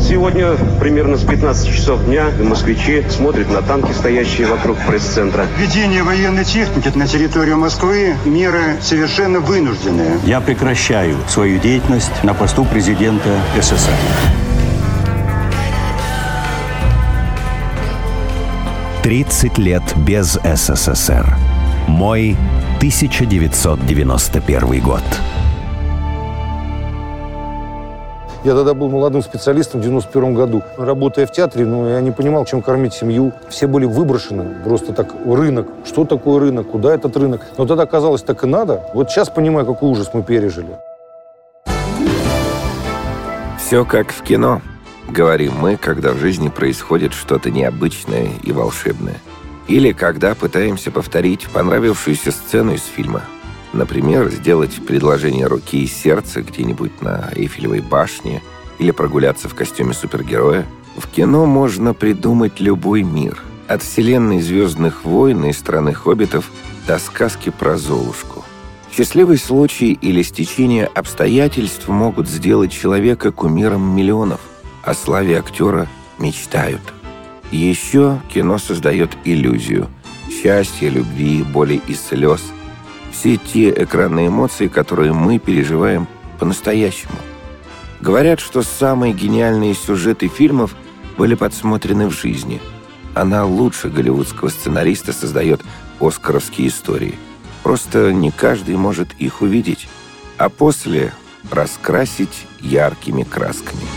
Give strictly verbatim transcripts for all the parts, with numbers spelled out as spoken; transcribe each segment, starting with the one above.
Сегодня примерно с пятнадцати часов дня москвичи смотрят на танки, стоящие вокруг пресс-центра. Введение военной техники на территорию Москвы – меры совершенно вынужденные. Я прекращаю свою деятельность на посту президента СССР. тридцать лет без СССР. Мой тысяча девятьсот девяносто первый год. Я тогда был молодым специалистом в девяносто первом году. Работая в театре, ну, я не понимал, чем кормить семью. Все были выброшены. Просто так, рынок. Что такое рынок? Куда этот рынок? Но тогда казалось, так и надо. Вот сейчас понимаю, какой ужас мы пережили. Все как в кино, говорим мы, когда в жизни происходит что-то необычное и волшебное. Или когда пытаемся повторить понравившуюся сцену из фильма. Например, сделать предложение руки и сердца где-нибудь на Эйфелевой башне или прогуляться в костюме супергероя. В кино можно придумать любой мир. От вселенной «Звездных войн» и «Страны хоббитов» до сказки про Золушку. Счастливый случай или стечение обстоятельств могут сделать человека кумиром миллионов. О славе актера мечтают. Еще кино создает иллюзию счастья, любви, боли и слез. Все те экранные эмоции, которые мы переживаем по-настоящему. Говорят, что самые гениальные сюжеты фильмов были подсмотрены в жизни. Она лучше голливудского сценариста создает оскаровские истории. Просто не каждый может их увидеть, а после раскрасить яркими красками.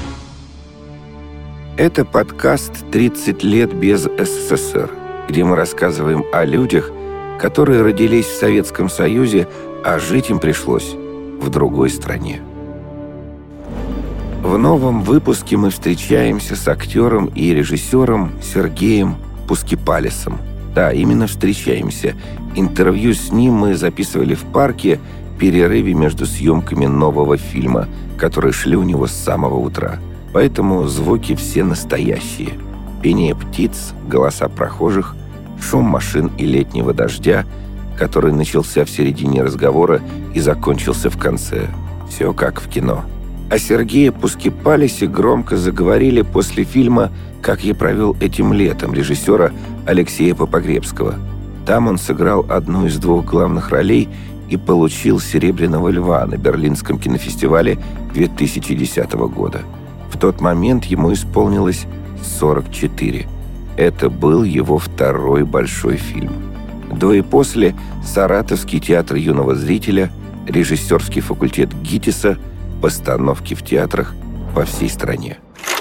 Это подкаст «тридцать лет без СССР», где мы рассказываем о людях, которые родились в Советском Союзе, а жить им пришлось в другой стране. В новом выпуске мы встречаемся с актером и режиссером Сергеем Пускипалисом. Да, именно встречаемся. Интервью с ним мы записывали в парке в перерыве между съемками нового фильма, которые шли у него с самого утра. Поэтому звуки все настоящие. Пение птиц, голоса прохожих, шум машин и летнего дождя, который начался в середине разговора и закончился в конце. Все как в кино. О Сергее Пускипалисе громко заговорили после фильма «Как я провел этим летом» режиссера Алексея Попогребского. Там он сыграл одну из двух главных ролей и получил «Серебряного льва» на Берлинском кинофестивале две тысячи десятого года. В тот момент ему исполнилось сорок четыре. Это был его второй большой фильм. До и после Саратовский театр юного зрителя, режиссерский факультет ГИТИСа, постановки в театрах по всей стране.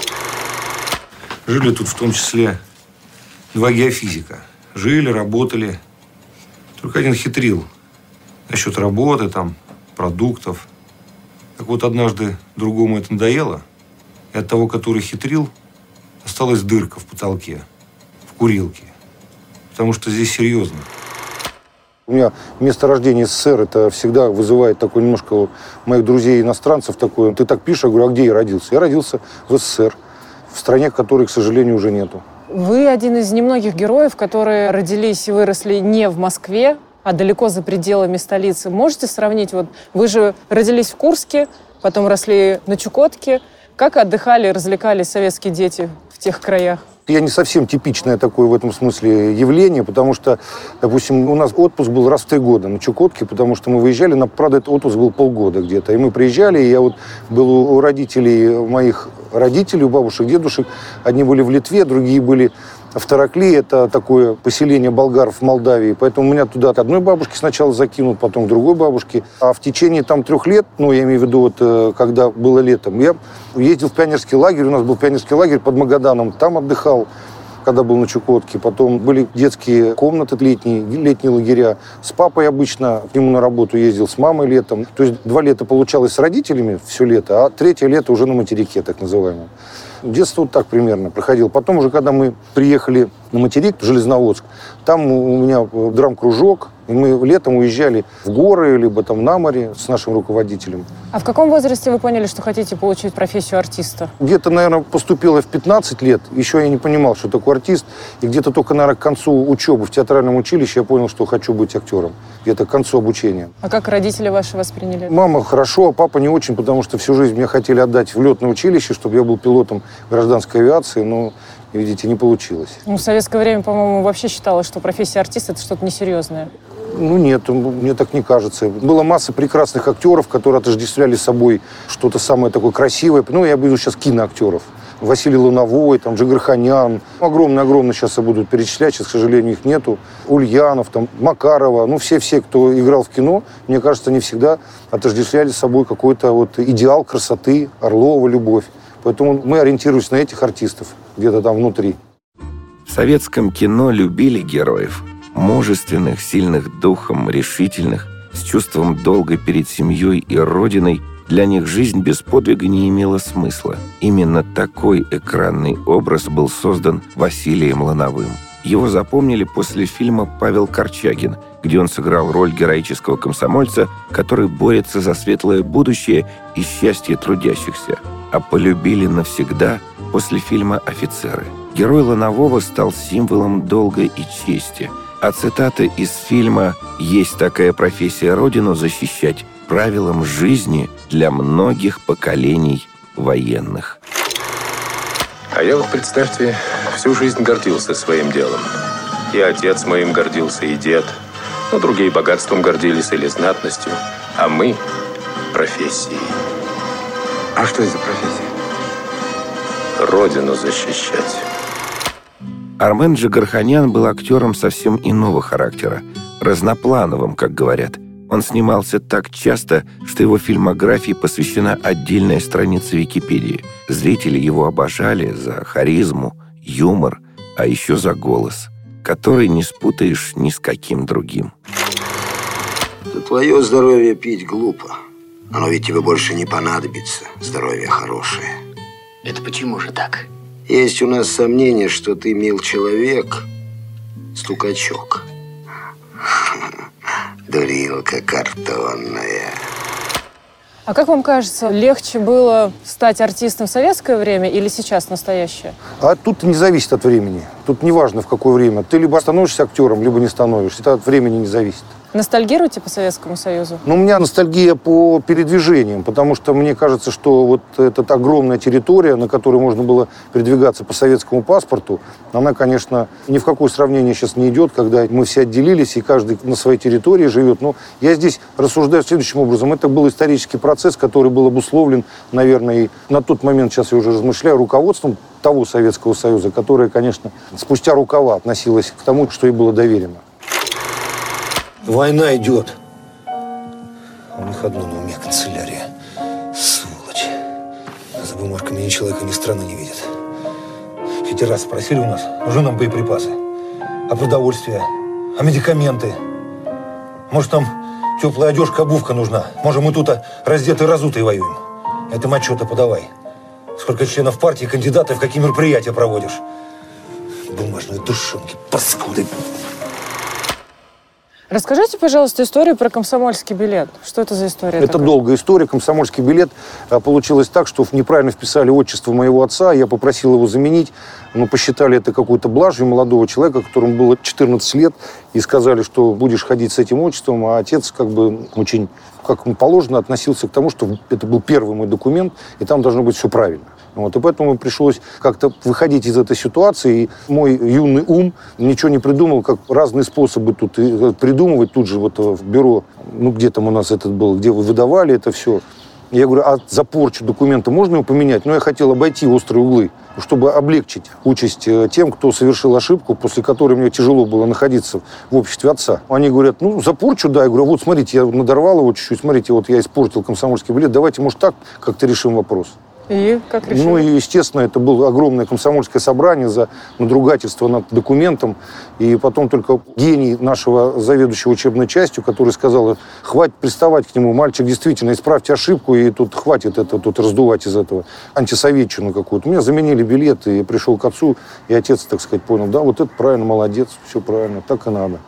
Жили тут в том числе два геофизика. Жили, работали. Только один хитрил насчет работы, там, продуктов. Так вот, однажды другому это надоело, и от того, который хитрил, осталась дырка в потолке. Курилки. Потому что здесь серьезно. У меня место рождения СССР, это всегда вызывает такой немножко у моих друзей-иностранцев такое. Ты так пишешь, я говорю, а где я родился? Я родился в СССР, в стране, которой, к сожалению, уже нету. Вы один из немногих героев, которые родились и выросли не в Москве, а далеко за пределами столицы. Можете сравнить? Вот вы же родились в Курске, потом росли на Чукотке. Как отдыхали, развлекались советские дети в тех краях? Я не совсем типичное такое в этом смысле явление, потому что, допустим, у нас отпуск был раз в три года на Чукотке, потому что мы выезжали, на, правда, этот отпуск был полгода где-то. И мы приезжали, и я вот был у родителей, моих родителей, у бабушек, дедушек. Одни были в Литве, другие были в Таракли, это такое поселение болгаров в Молдавии. Поэтому меня туда к одной бабушке сначала закинул, потом к другой бабушке. А в течение там трех лет, ну, я имею в виду, вот, когда было летом, я ездил в пионерский лагерь, у нас был пионерский лагерь под Магаданом, там отдыхал, когда был на Чукотке. Потом были детские комнаты летние, летние лагеря. С папой обычно к нему на работу ездил, с мамой летом. То есть два лета получалось с родителями все лето, а третье лето уже на материке, так называемом. Детство вот так примерно проходило. Потом уже, когда мы приехали на материк, в Железноводск, там у меня драм-кружок, И мы летом уезжали в горы, либо там на море с нашим руководителем. А в каком возрасте вы поняли, что хотите получить профессию артиста? Где-то, наверное, поступила в пятнадцать лет. Еще я не понимал, что такое артист. И где-то только, наверное, к концу учебы в театральном училище я понял, что хочу быть актером. Где-то к концу обучения. А как родители ваши восприняли? Мама хорошо, а папа не очень, потому что всю жизнь меня хотели отдать в летное училище, чтобы я был пилотом гражданской авиации, но, видите, не получилось. Ну, в советское время, по-моему, вообще считалось, что профессия артиста – это что-то несерьезное. Ну нет, мне так не кажется. Была масса прекрасных актеров, которые отождествляли собой что-то самое такое красивое. Ну, я буду сейчас киноактеров. Василий Лановой, там, Джигарханян. Огромно-огромно сейчас я буду перечислять, сейчас, к сожалению, их нету. Ульянов, там, Макарова. Ну, все-все, кто играл в кино, мне кажется, они всегда отождествляли с собой какой-то вот идеал красоты, Орлова, любовь. Поэтому мы ориентируемся на этих артистов где-то там внутри. В советском кино любили героев. Мужественных, сильных духом, решительных, с чувством долга перед семьей и родиной. Для них жизнь без подвига не имела смысла. Именно такой экранный образ был создан Василием Лановым. Его запомнили после фильма «Павел Корчагин», где он сыграл роль героического комсомольца, который борется за светлое будущее и счастье трудящихся. А полюбили навсегда после фильма «Офицеры». Герой Ланового стал символом долга и чести. А цитата из фильма «Есть такая профессия Родину защищать» правилом жизни для многих поколений военных. А я вот, представьте, всю жизнь гордился своим делом. И отец моим гордился, и дед. Но другие богатством гордились или знатностью. А мы профессией. А что это за профессия? Родину защищать. Армен Джигарханян был актером совсем иного характера, разноплановым, как говорят. Он снимался так часто, что его фильмографии посвящена отдельная страница Википедии. Зрители его обожали за харизму, юмор, а еще за голос, который не спутаешь ни с каким другим. За твое здоровье пить глупо. Оно ведь тебе больше не понадобится. Здоровье хорошее. Это почему же так? Есть у нас сомнение, что ты, мил человек, стукачок. Дурилка картонная. А как вам кажется, легче было стать артистом в советское время или сейчас настоящее? А тут не зависит от времени. Тут не важно, в какое время. Ты либо становишься актером, либо не становишься. Это от времени не зависит. Ностальгируете по Советскому Союзу? Ну, у меня ностальгия по передвижениям, потому что мне кажется, что вот эта огромная территория, на которой можно было передвигаться по советскому паспорту, она, конечно, ни в какое сравнение сейчас не идет, когда мы все отделились, и каждый на своей территории живет. Но я здесь рассуждаю следующим образом. Это был исторический процесс, который был обусловлен, наверное, и на тот момент, сейчас я уже размышляю, руководством того Советского Союза, которое, конечно, спустя рукава относилось к тому, что ей было доверено. Война идет. У них одно на уме — канцелярия. Сволочь. За бумажками ни человека, ни страны не видят. Эти раз спросили у нас, нужны нам боеприпасы. А продовольствие? А медикаменты? Может, нам теплая одежка, обувка нужна? Может, мы тут раздетые, разутые воюем? Это им отчеты подавай. Сколько членов партии, кандидатов, какие мероприятия проводишь? Бумажные душонки, паскуды. Расскажите, пожалуйста, историю про комсомольский билет. Что это за история Это такая? долгая история. Комсомольский билет получилось так, что неправильно вписали отчество моего отца. Я попросил его заменить. Но посчитали это какой-то блажью молодого человека, которому было четырнадцать лет. И сказали, что будешь ходить с этим отчеством. А отец как бы очень, как ему положено, относился к тому, что это был первый мой документ. И там должно быть все правильно. Вот, и поэтому пришлось как-то выходить из этой ситуации. И мой юный ум ничего не придумал, как разные способы тут придумывать. Тут же вот в бюро, ну где там у нас этот был, где вы выдавали это все. Я говорю, а за порчу документа можно его поменять? Но я хотел обойти острые углы, чтобы облегчить участь тем, кто совершил ошибку, после которой мне тяжело было находиться в обществе отца. Они говорят, ну, за порчу, да. Я говорю, вот смотрите, я надорвал его чуть-чуть, смотрите, вот я испортил комсомольский билет, давайте, может, так как-то решим вопрос. И как решили? Ну, и, естественно, это было огромное комсомольское собрание за надругательство над документом. И потом только гений нашего заведующего учебной частью, который сказал, хватит приставать к нему, мальчик, действительно, исправьте ошибку, и тут хватит это тут раздувать из этого антисоветчину какую-то. Меня заменили билеты, и я пришел к отцу, и отец, так сказать, понял, да, вот это правильно, молодец, все правильно, так и надо.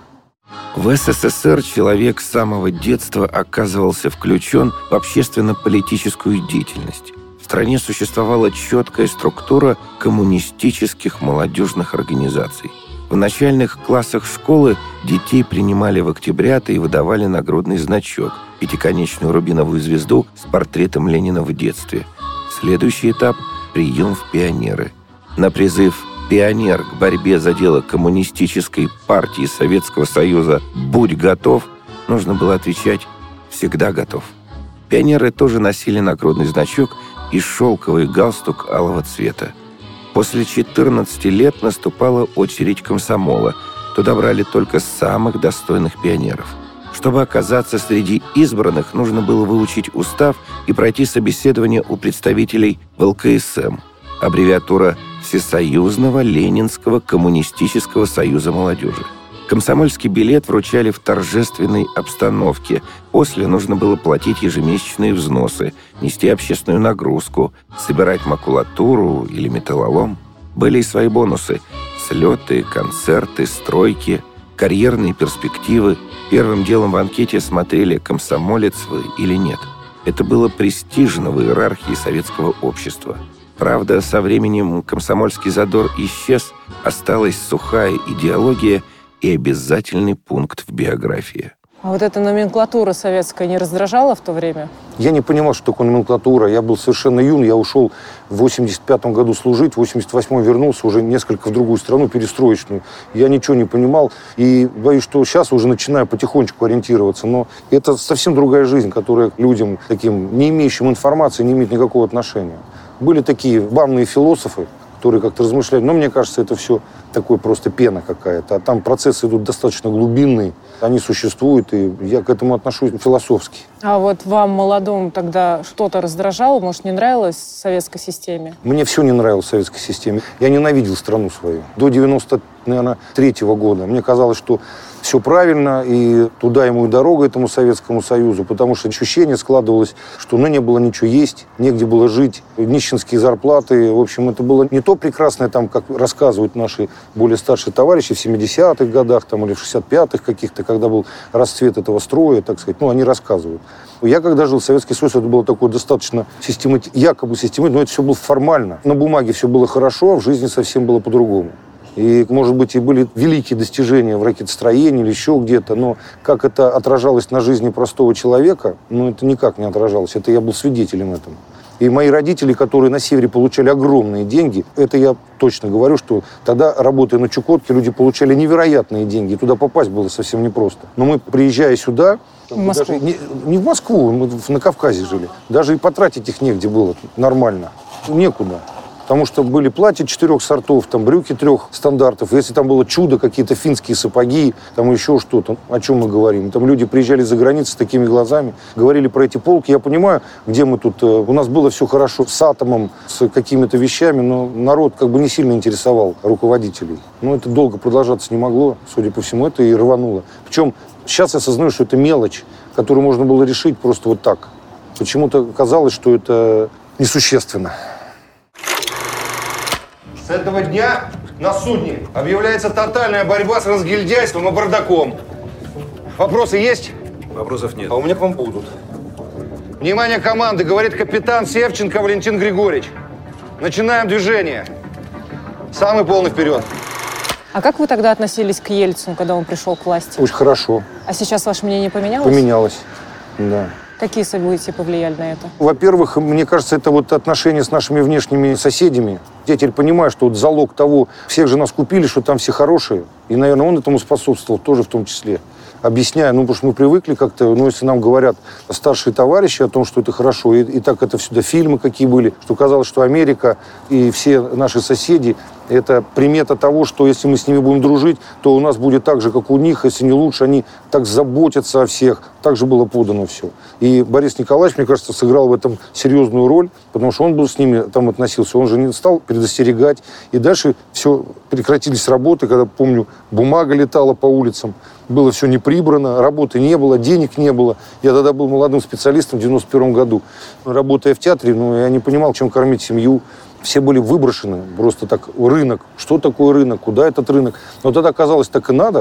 В СССР человек с самого детства оказывался включен в общественно-политическую деятельность. В стране существовала четкая структура коммунистических молодежных организаций. В начальных классах школы детей принимали в октябрята и выдавали нагрудный значок – пятиконечную рубиновую звезду с портретом Ленина в детстве. Следующий этап – прием в пионеры. На призыв «Пионер к борьбе за дело Коммунистической партии Советского Союза, будь готов», нужно было отвечать «всегда готов». Пионеры тоже носили нагрудный значок и шелковый галстук алого цвета. После четырнадцати лет наступала очередь комсомола. Туда брали только самых достойных пионеров. Чтобы оказаться среди избранных, нужно было выучить устав и пройти собеседование у представителей в эл ка эс эм, аббревиатура Всесоюзного Ленинского Коммунистического Союза Молодежи. Комсомольский билет вручали в торжественной обстановке. После нужно было платить ежемесячные взносы, нести общественную нагрузку, собирать макулатуру или металлолом. Были и свои бонусы – слеты, концерты, стройки, карьерные перспективы. Первым делом в анкете смотрели, комсомолец вы или нет. Это было престижно в иерархии советского общества. Правда, со временем комсомольский задор исчез, осталась сухая идеология и обязательный пункт в биографии. А вот эта номенклатура советская не раздражала в то время? Я не понимал, что такое номенклатура. Я был совершенно юн. Я ушел в восемьдесят пятом году служить, в восемьдесят восьмом вернулся уже несколько в другую страну, перестроечную. Я ничего не понимал. И боюсь, что сейчас уже начинаю потихонечку ориентироваться. Но это совсем другая жизнь, которая к людям, таким, не имеющим информации, не имеет никакого отношения. Были такие банные философы, которые как-то размышляли. Но мне кажется, это все такое просто пена какая-то. А там процессы идут достаточно глубинные. Они существуют, и я к этому отношусь философски. А вот вам, молодому, тогда что-то раздражало? Может, не нравилось в советской системе? Мне все не нравилось в советской системе. Я ненавидел страну свою. До девяносто третьего года мне казалось, что все правильно, и туда ему и дорога, этому Советскому Союзу, потому что ощущение складывалось, что ну, не было ничего есть, негде было жить, нищенские зарплаты. В общем, это было не то прекрасное, там, как рассказывают наши более старшие товарищи в семидесятых годах там, или в шестьдесят пятых каких-то, когда был расцвет этого строя, так сказать, ну, они рассказывают. Я, когда жил в Советский Союз, это было такое достаточно системати... якобы систематично, но это все было формально. На бумаге все было хорошо, а в жизни совсем было по-другому. И, может быть, и были великие достижения в ракетостроении или еще где-то, но как это отражалось на жизни простого человека, ну, это никак не отражалось. Это я был свидетелем этому. И мои родители, которые на севере получали огромные деньги, это я точно говорю, что тогда, работая на Чукотке, люди получали невероятные деньги, и туда попасть было совсем непросто. Но мы, приезжая сюда, даже не, не в Москву, мы на Кавказе жили, даже и потратить их негде было нормально, некуда. Потому что были платья четырех сортов, там брюки трех стандартов. Если там было чудо, какие-то финские сапоги, там еще что-то, о чем мы говорим. Там люди приезжали за границу с такими глазами, говорили про эти полки. Я понимаю, где мы тут... У нас было все хорошо с атомом, с какими-то вещами, но народ как бы не сильно интересовал руководителей. Но это долго продолжаться не могло, судя по всему, это и рвануло. Причем сейчас я осознаю, что это мелочь, которую можно было решить просто вот так. Почему-то казалось, что это несущественно. С этого дня на судне объявляется тотальная борьба с разгильдяйством и бардаком. Вопросы есть? Вопросов нет. А у меня к вам будут. Внимание, команды, говорит капитан Севченко Валентин Григорьевич. Начинаем движение. Самый полный вперед. А как вы тогда относились к Ельцину, когда он пришел к власти? Очень хорошо. А сейчас ваше мнение поменялось? Поменялось, да. Какие события повлияли на это? Во-первых, мне кажется, это вот отношения с нашими внешними соседями. Я теперь понимаю, что вот залог того, всех же нас купили, что там все хорошие. И, наверное, он этому способствовал тоже в том числе. Объясняя, ну, потому что мы привыкли как-то, ну, если нам говорят старшие товарищи о том, что это хорошо, и, и так это всегда фильмы какие были, что казалось, что Америка и все наши соседи – это примета того, что если мы с ними будем дружить, то у нас будет так же, как у них, если не лучше, они так заботятся о всех. Так же было подано все. И Борис Николаевич, мне кажется, сыграл в этом серьезную роль, потому что он был с ними там относился, он же не стал предостерегать. И дальше все, прекратились работы, когда, помню, бумага летала по улицам, было все не прибрано, работы не было, денег не было. Я тогда был молодым специалистом в девяносто первом году. Работая в театре, ну, я не понимал, чем кормить семью. Все были выброшены, просто так, рынок. Что такое рынок? Куда этот рынок? Но тогда казалось, так и надо.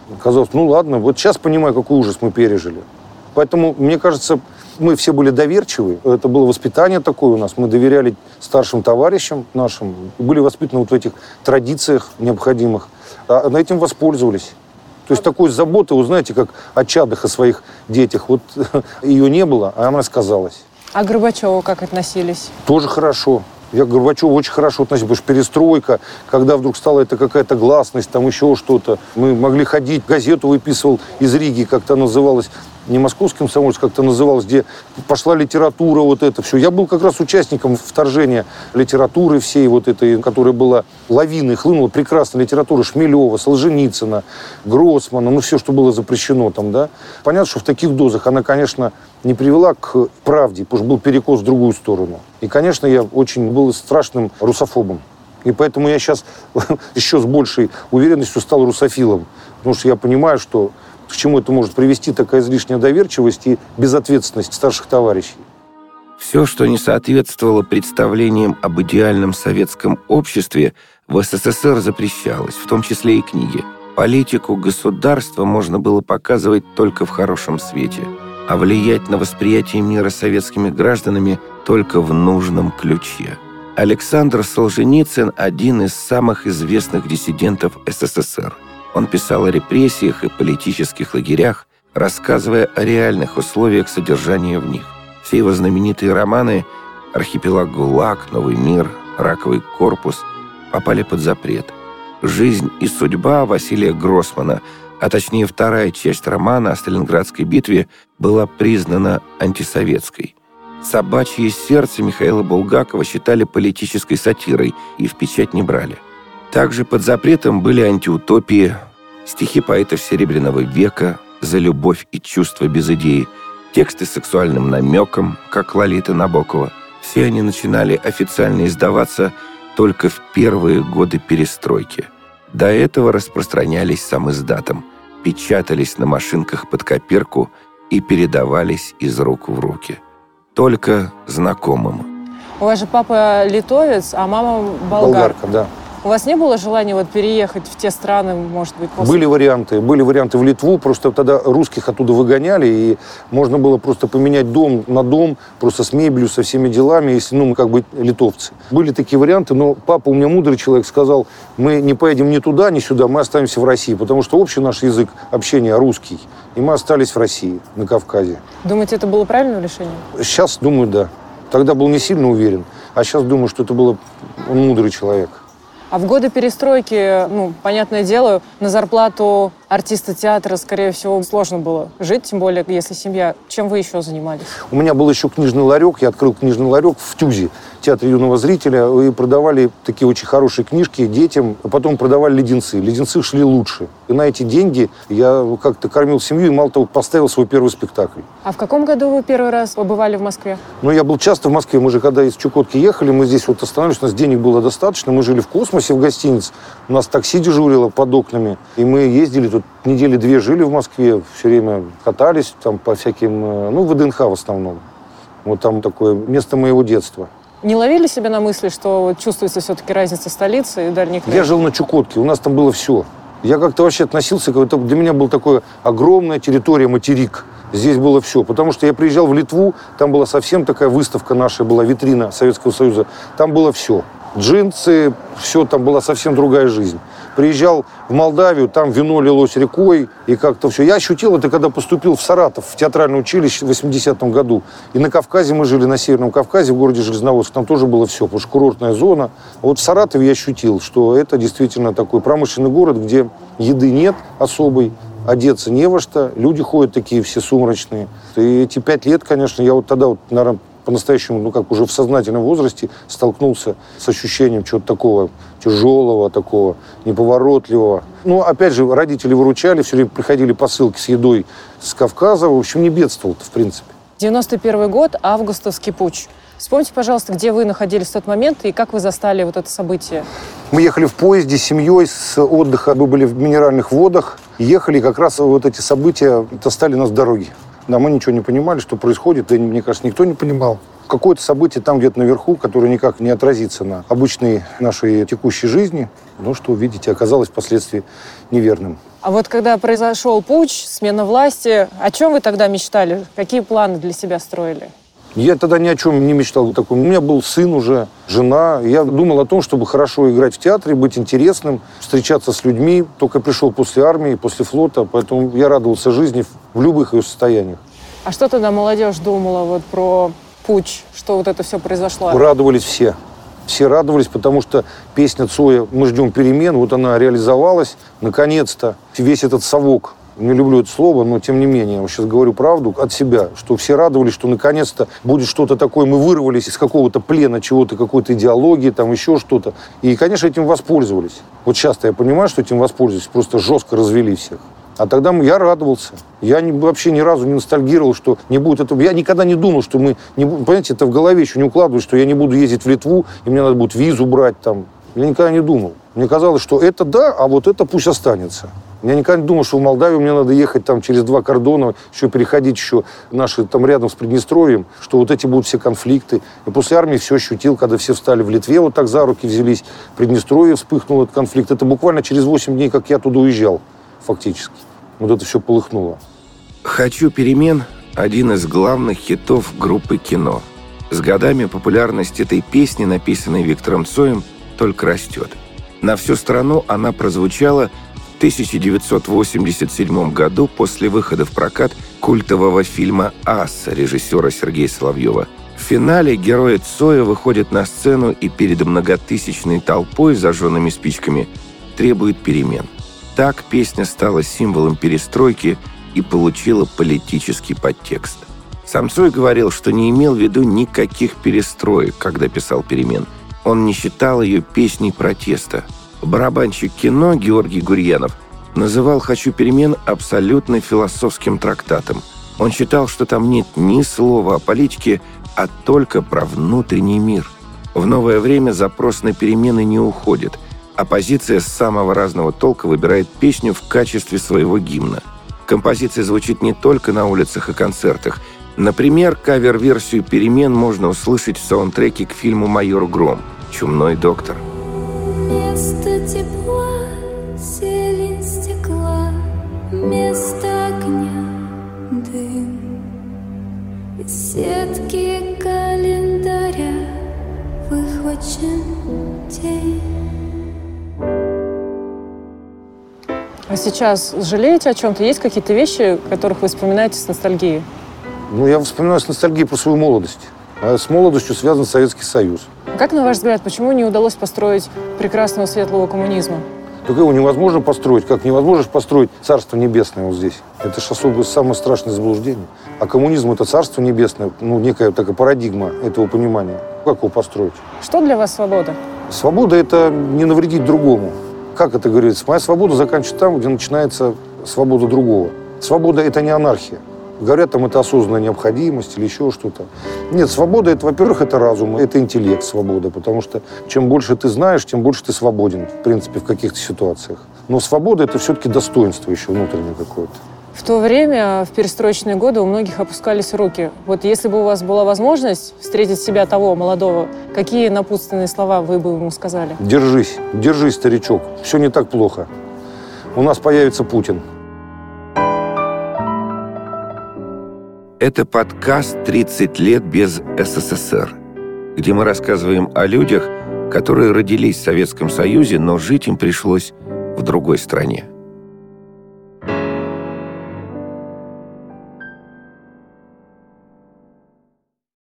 казалось, ну ладно, вот сейчас понимаю, какой ужас мы пережили. Поэтому, мне кажется, мы все были доверчивы. Это было воспитание такое у нас. Мы доверяли старшим товарищам нашим. Были воспитаны вот в этих традициях необходимых. А на этим воспользовались. То есть такой заботы, вы знаете, как о чадах, о своих детях. Вот ее не было, а она сказалась. А к Горбачеву как относились? Тоже хорошо. Я к Горбачеву очень хорошо относился, потому что перестройка, когда вдруг стала это какая-то гласность, там еще что-то. Мы могли ходить, газету выписывал из Риги, как-то называлось, не московский комсомольец, как-то называлось, где пошла литература, вот это все. Я был как раз участником вторжения литературы всей вот этой, которая была лавиной, хлынула прекрасная литература Шмелева, Солженицына, Гроссмана, ну все, что было запрещено там, да. Понятно, что в таких дозах она, конечно, не привела к правде, потому что был перекос в другую сторону. И, конечно, я очень был страшным русофобом. И поэтому я сейчас еще с большей уверенностью стал русофилом. Потому что я понимаю, что к чему это может привести такая излишняя доверчивость и безответственность старших товарищей. Все, что не соответствовало представлениям об идеальном советском обществе, в СССР запрещалось, в том числе и книги. Политику государства можно было показывать только в хорошем свете, а влиять на восприятие мира советскими гражданами только в нужном ключе. Александр Солженицын – один из самых известных диссидентов СССР. Он писал о репрессиях и политических лагерях, рассказывая о реальных условиях содержания в них. Все его знаменитые романы «Архипелаг ГУЛАГ», «Новый мир», «Раковый корпус» попали под запрет. «Жизнь и судьба» Василия Гроссмана, а точнее вторая часть романа о Сталинградской битве, была признана антисоветской. «Собачье сердце» Михаила Булгакова считали политической сатирой и в печать не брали. Также под запретом были антиутопии, стихи поэтов Серебряного века, «За любовь и чувства без идеи», тексты с сексуальным намеком, как Лолита Набокова. Все они начинали официально издаваться только в первые годы перестройки. До этого распространялись самиздатом, печатались на машинках под копирку и передавались из рук в руки. Только знакомым. У вас же папа литовец, а мама болгар. Болгарка, да. У вас не было желания вот переехать в те страны, может быть, после... Были варианты. Были варианты в Литву, просто тогда русских оттуда выгоняли, и можно было просто поменять дом на дом, просто с мебелью, со всеми делами, если, ну, мы как бы литовцы. Были такие варианты, но папа у меня мудрый человек, сказал, мы не поедем ни туда, ни сюда, мы останемся в России, потому что общий наш язык общения русский, и мы остались в России, на Кавказе. Думаете, это было правильное решение? Сейчас думаю, да. Тогда был не сильно уверен, а сейчас думаю, что это был он мудрый человек. А в годы перестройки, ну, понятное дело, на зарплату артиста театра, скорее всего, сложно было жить, тем более, если семья. Чем вы еще занимались? У меня был еще книжный ларек, я открыл книжный ларек в ТЮЗе, Театре юного зрителя, и продавали такие очень хорошие книжки детям, а потом продавали леденцы. Леденцы шли лучше. И на эти деньги я как-то кормил семью и, мало того, поставил свой первый спектакль. А в каком году вы первый раз побывали в Москве? Ну, я был часто в Москве. Мы же, когда из Чукотки ехали, мы здесь вот остановились, у нас денег было достаточно, мы жили в космосе, в гостинице, у нас такси дежурило под окнами, и мы ездили, тут недели две жили в Москве, все время катались там по всяким, ну, в ВДНХ в основном. Вот там такое место моего детства. Не ловили себя на мысли, что чувствуется все-таки разница столицы и дальних краев? Я жил на Чукотке, у нас там было все. Я как-то вообще относился, как для меня была такая огромная территория, материк. Здесь было все, потому что я приезжал в Литву, там была совсем такая выставка наша, была витрина Советского Союза, там было все. Джинсы, все, там была совсем другая жизнь. Приезжал в Молдавию, там вино лилось рекой, и как-то все. Я ощутил это, когда поступил в Саратов, в театральное училище в восьмидесятом году. И на Кавказе мы жили, на Северном Кавказе, в городе Железноводск, там тоже было все, потому что курортная зона. А вот в Саратове я ощутил, что это действительно такой промышленный город, где еды нет особой, одеться не во что, люди ходят такие все сумрачные. И эти пять лет, конечно, я вот тогда, вот, наверное, по-настоящему, ну, как уже в сознательном возрасте, столкнулся с ощущением чего-то такого тяжелого, такого неповоротливого. Ну, опять же, родители выручали, все время приходили посылки с едой с Кавказа. В общем, не бедствовал-то, в принципе. девяносто первый год, августовский путч. Вспомните, пожалуйста, где вы находились в тот момент и как вы застали вот это событие? Мы ехали в поезде с семьей, с отдыха. Мы были в Минеральных водах. Ехали, как раз вот эти события достали нас с дороги. Да, мы ничего не понимали, что происходит. Да, мне кажется, никто не понимал. Какое-то событие там где-то наверху, которое никак не отразится на обычной нашей текущей жизни. Но, что, видите, оказалось впоследствии неверным. А вот когда произошел путч, смена власти, о чем вы тогда мечтали? Какие планы для себя строили? Я тогда ни о чем не мечтал таком. У меня был сын уже, жена. Я думал о том, чтобы хорошо играть в театре, быть интересным, встречаться с людьми. Только пришел после армии, после флота, поэтому я радовался жизни в любых ее состояниях. А что тогда молодежь думала вот про путч, что вот это все произошло? Радовались все. Все радовались, потому что песня Цоя «Мы ждем перемен», вот она реализовалась, наконец-то. Весь этот совок, не люблю это слово, но тем не менее, я сейчас говорю правду от себя, что все радовались, что наконец-то будет что-то такое. Мы вырвались из какого-то плена чего-то, какой-то идеологии, там еще что-то. И, конечно, этим воспользовались. Вот сейчас-то я понимаю, что этим воспользовались, просто жестко развели всех. А тогда я радовался. Я не, вообще ни разу не ностальгировал, что не будет этого. Я никогда не думал, что мы... Не, понимаете, это в голове еще не укладывается, что я не буду ездить в Литву, и мне надо будет визу брать там. Я никогда не думал. Мне казалось, что это да, а вот это пусть останется. Я никогда не думал, что в Молдавию мне надо ехать там через два кордона, еще переходить еще наши там рядом с Приднестровьем, что вот эти будут все конфликты. И после армии все ощутил, когда все встали в Литве, вот так за руки взялись. В Приднестровье вспыхнул этот конфликт. Это буквально через восемь дней, как я туда уезжал, фактически. Вот это все полыхнуло. «Хочу перемен» – один из главных хитов группы «Кино». С годами популярность этой песни, написанной Виктором Цоем, только растет. На всю страну она прозвучала в тысяча девятьсот восемьдесят седьмом году после выхода в прокат культового фильма «Ас» режиссера Сергея Соловьева. В финале герои Цоя выходят на сцену и перед многотысячной толпой с зажженными спичками требуют перемен. Так песня стала символом перестройки и получила политический подтекст. Сам Цой говорил, что не имел в виду никаких перестроек, когда писал «Перемен». Он не считал ее песней протеста. Барабанщик «Кино» Георгий Гурьянов называл «Хочу перемен» абсолютно философским трактатом. Он считал, что там нет ни слова о политике, а только про внутренний мир. В новое время запрос на перемены не уходит. Оппозиция с самого разного толка выбирает песню в качестве своего гимна. Композиция звучит не только на улицах и концертах. Например, кавер-версию «Перемен» можно услышать в саундтреке к фильму «Майор Гром» «Чумной доктор». Место тепла, зелень стекла, место огня, дым. Из сетки календаря выхвачен день. А сейчас жалеете о чем-то? Есть какие-то вещи, которых вы вспоминаете с ностальгией? Ну, я вспоминаю с ностальгией про свою молодость. А с молодостью связан Советский Союз. Как, на ваш взгляд, почему не удалось построить прекрасного светлого коммунизма? Так его невозможно построить. Как невозможно построить Царство Небесное вот здесь? Это же особо самое страшное заблуждение. А коммунизм – это Царство Небесное, ну, некая такая парадигма этого понимания. Как его построить? Что для вас свобода? Свобода – это не навредить другому. Как это говорится? Моя свобода заканчивается там, где начинается свобода другого. Свобода – это не анархия. Говорят, там это осознанная необходимость или еще что-то. Нет, свобода – это, во-первых, это разум, это интеллект, свобода. Потому что чем больше ты знаешь, тем больше ты свободен, в принципе, в каких-то ситуациях. Но свобода – это все-таки достоинство еще внутреннее какое-то. В то время, в перестроечные годы, у многих опускались руки. Вот если бы у вас была возможность встретить себя того молодого, какие напутственные слова вы бы ему сказали? Держись, держись, старичок. Все не так плохо. У нас появится Путин. Это подкаст «тридцать лет без СССР», где мы рассказываем о людях, которые родились в Советском Союзе, но жить им пришлось в другой стране.